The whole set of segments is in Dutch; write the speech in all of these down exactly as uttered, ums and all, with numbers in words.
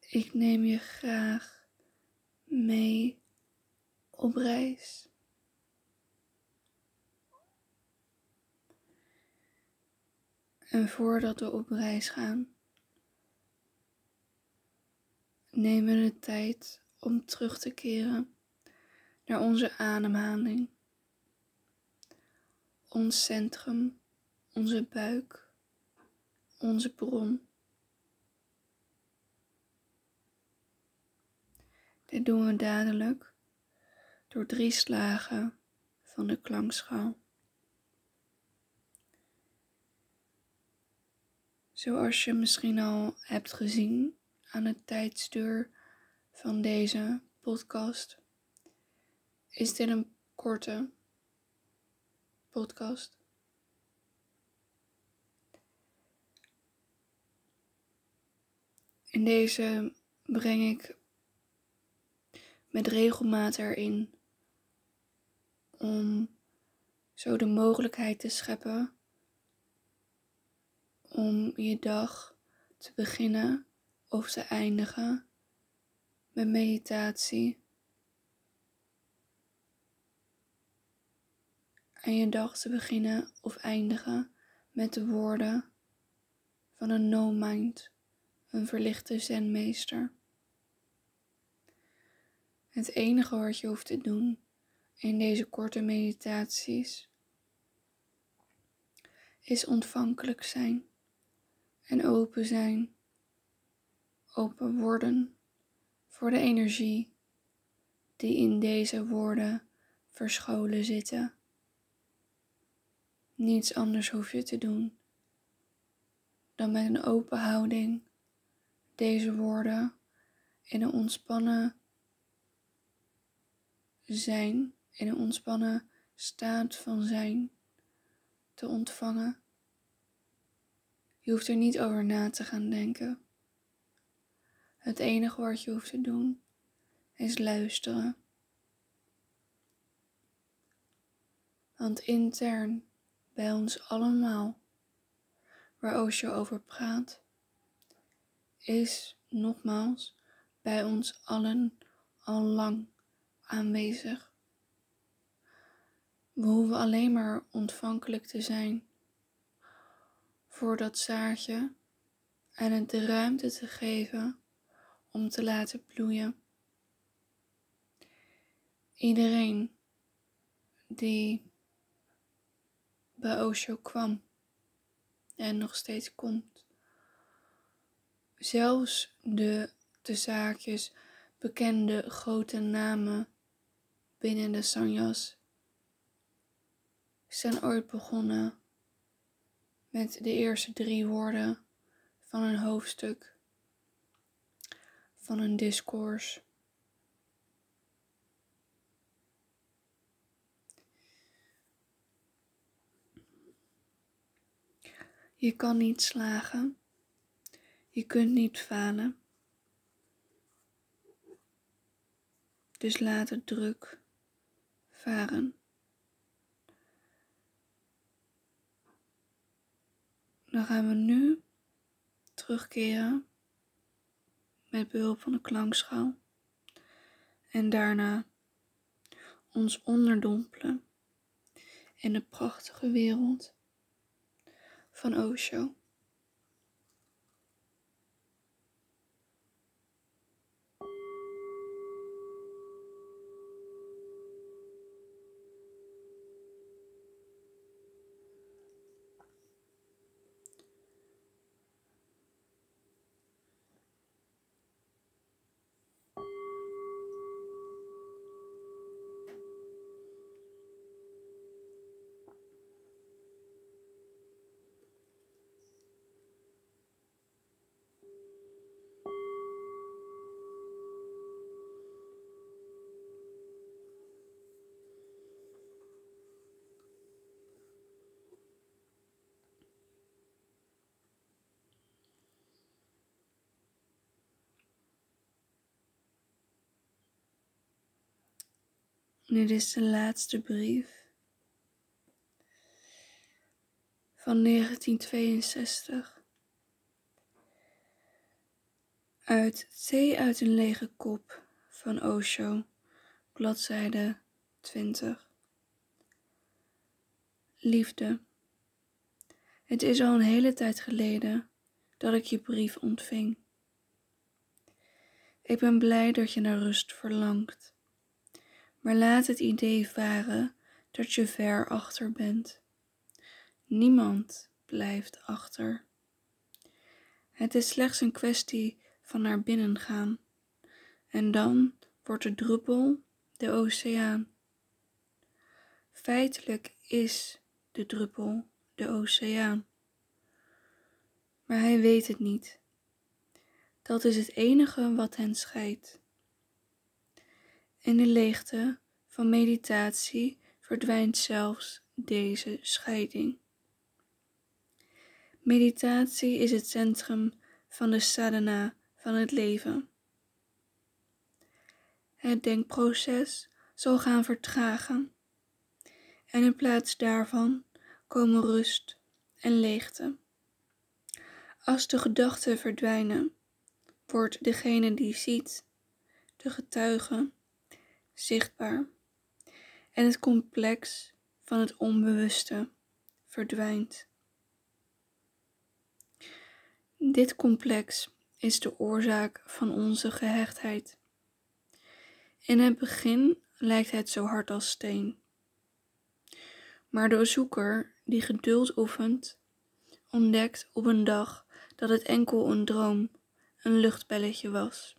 Ik neem je graag mee op reis. En voordat we op reis gaan, nemen we de tijd om terug te keren naar onze ademhaling, ons centrum, onze buik, onze bron. Dit doen we dadelijk door drie slagen van de klankschaal. Zoals je misschien al hebt gezien aan het tijdstuur van deze podcast, is dit een korte podcast. In deze breng ik met regelmaat erin om zo de mogelijkheid te scheppen om je dag te beginnen of te eindigen met meditatie. En je dag te beginnen of eindigen met de woorden van een no-mind, een verlichte zenmeester. Het enige wat je hoeft te doen in deze korte meditaties is ontvankelijk zijn en open zijn, open worden voor de energie die in deze woorden verscholen zitten. Niets anders hoef je te doen dan met een open houding deze woorden in een ontspannen zijn, in een ontspannen staat van zijn te ontvangen. Je hoeft er niet over na te gaan denken. Het enige wat je hoeft te doen is luisteren. Want intern bij ons allemaal, waar Osho over praat, is nogmaals bij ons allen al lang aanwezig. We hoeven alleen maar ontvankelijk te zijn voor dat zaadje en het de ruimte te geven om te laten bloeien. Iedereen die bij Osho kwam en nog steeds komt, zelfs de de zaakjes bekende grote namen binnen de sannyas, zijn ooit begonnen met de eerste drie woorden van een hoofdstuk, van een discours. Je kan niet slagen, je kunt niet falen, dus laat het druk varen. Dan gaan we nu terugkeren met behulp van de klankschaal en daarna ons onderdompelen in de prachtige wereld van Osho. Dit is de laatste brief van negentien tweeënzestig Uit Thee uit een lege kop van Osho, bladzijde twintig. Liefde. Het is al een hele tijd geleden dat ik je brief ontving. Ik ben blij dat je naar rust verlangt, maar laat het idee varen dat je ver achter bent. Niemand blijft achter. Het is slechts een kwestie van naar binnen gaan en dan wordt de druppel de oceaan. Feitelijk is de druppel de oceaan, maar hij weet het niet. Dat is het enige wat hen scheidt. In de leegte van meditatie verdwijnt zelfs deze scheiding. Meditatie is het centrum van de sadhana van het leven. Het denkproces zal gaan vertragen en in plaats daarvan komen rust en leegte. Als de gedachten verdwijnen, wordt degene die ziet, de getuige, zichtbaar en het complex van het onbewuste verdwijnt. Dit complex is de oorzaak van onze gehechtheid. In het begin lijkt het zo hard als steen. Maar de zoeker die geduld oefent, ontdekt op een dag dat het enkel een droom, een luchtbelletje was.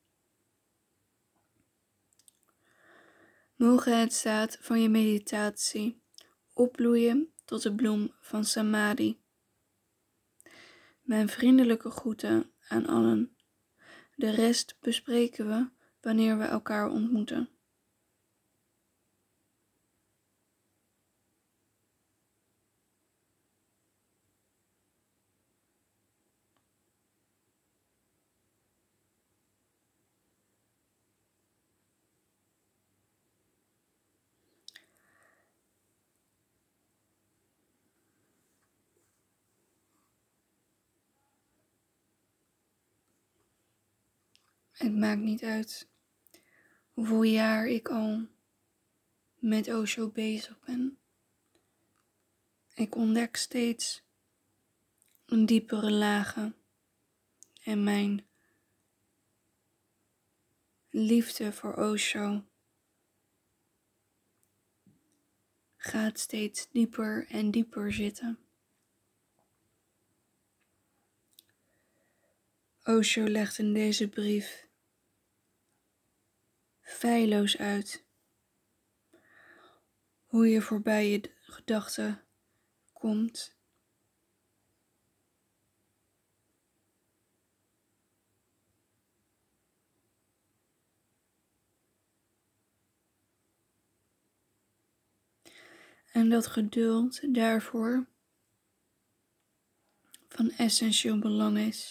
Mogen het zaad van je meditatie opbloeien tot de bloem van samadhi. Mijn vriendelijke groeten aan allen. De rest bespreken we wanneer we elkaar ontmoeten. Het maakt niet uit hoeveel jaar ik al met Osho bezig ben. Ik ontdek steeds een diepere lagen en mijn liefde voor Osho gaat steeds dieper en dieper zitten. Osho legt in deze brief feilloos uit hoe je voorbij je gedachten komt. En dat geduld daarvoor van essentieel belang is.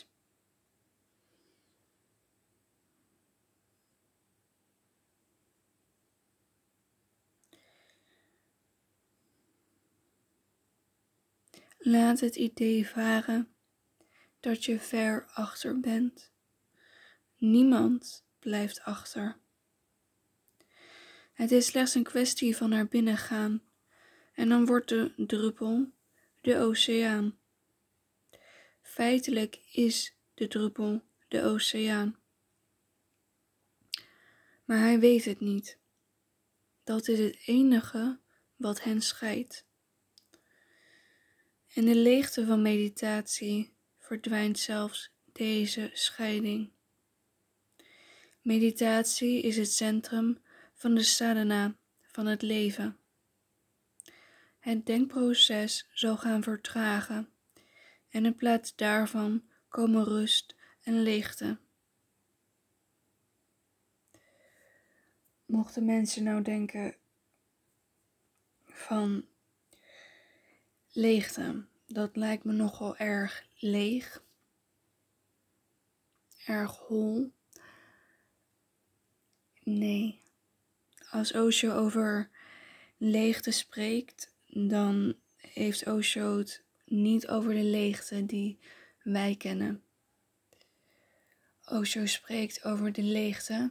Laat het idee varen dat je ver achter bent. Niemand blijft achter. Het is slechts een kwestie van naar binnen gaan en dan wordt de druppel de oceaan. Feitelijk is de druppel de oceaan. Maar hij weet het niet. Dat is het enige wat hen scheidt. In de leegte van meditatie verdwijnt zelfs deze scheiding. Meditatie is het centrum van de sadhana van het leven. Het denkproces zal gaan vertragen en in plaats daarvan komen rust en leegte. Mochten mensen nou denken van leegte, dat lijkt me nogal erg leeg, erg hol. Nee, als Osho over leegte spreekt, dan heeft Osho het niet over de leegte die wij kennen. Osho spreekt over de leegte.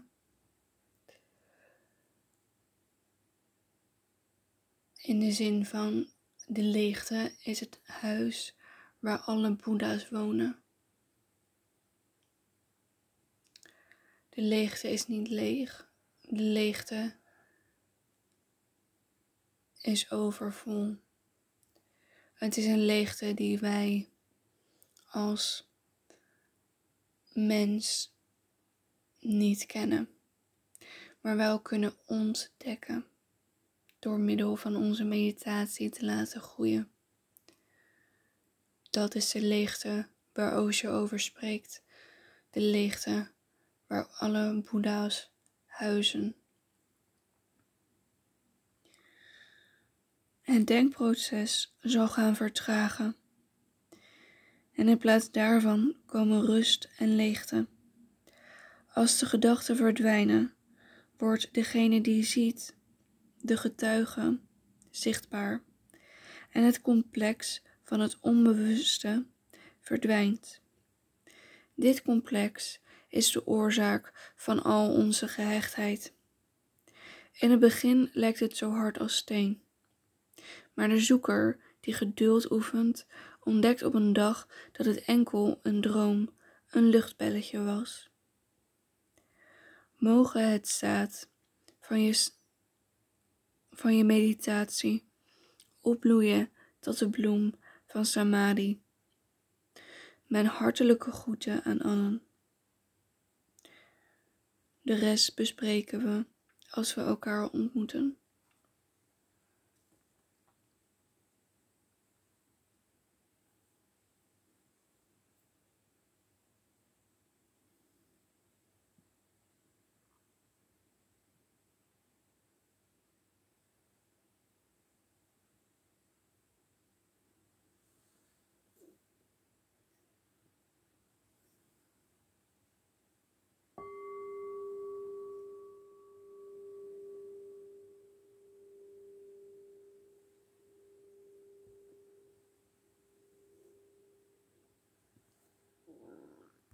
In de zin van de leegte is het huis waar alle boeddha's wonen. De leegte is niet leeg. De leegte is overvol. Het is een leegte die wij als mens niet kennen, maar wel kunnen ontdekken door middel van onze meditatie te laten groeien. Dat is de leegte waar Osho over spreekt. De leegte waar alle boeddha's huizen. Het denkproces zal gaan vertragen. En in plaats daarvan komen rust en leegte. Als de gedachten verdwijnen, wordt degene die ziet, de getuige, zichtbaar. En het complex van het onbewuste verdwijnt. Dit complex is de oorzaak van al onze gehechtheid. In het begin lijkt het zo hard als steen. Maar de zoeker die geduld oefent, ontdekt op een dag dat het enkel een droom, een luchtbelletje was. Mogen het zaad van je, van je meditatie opbloeien tot de bloem van samadhi. Mijn hartelijke groeten aan allen. De rest bespreken we als we elkaar ontmoeten.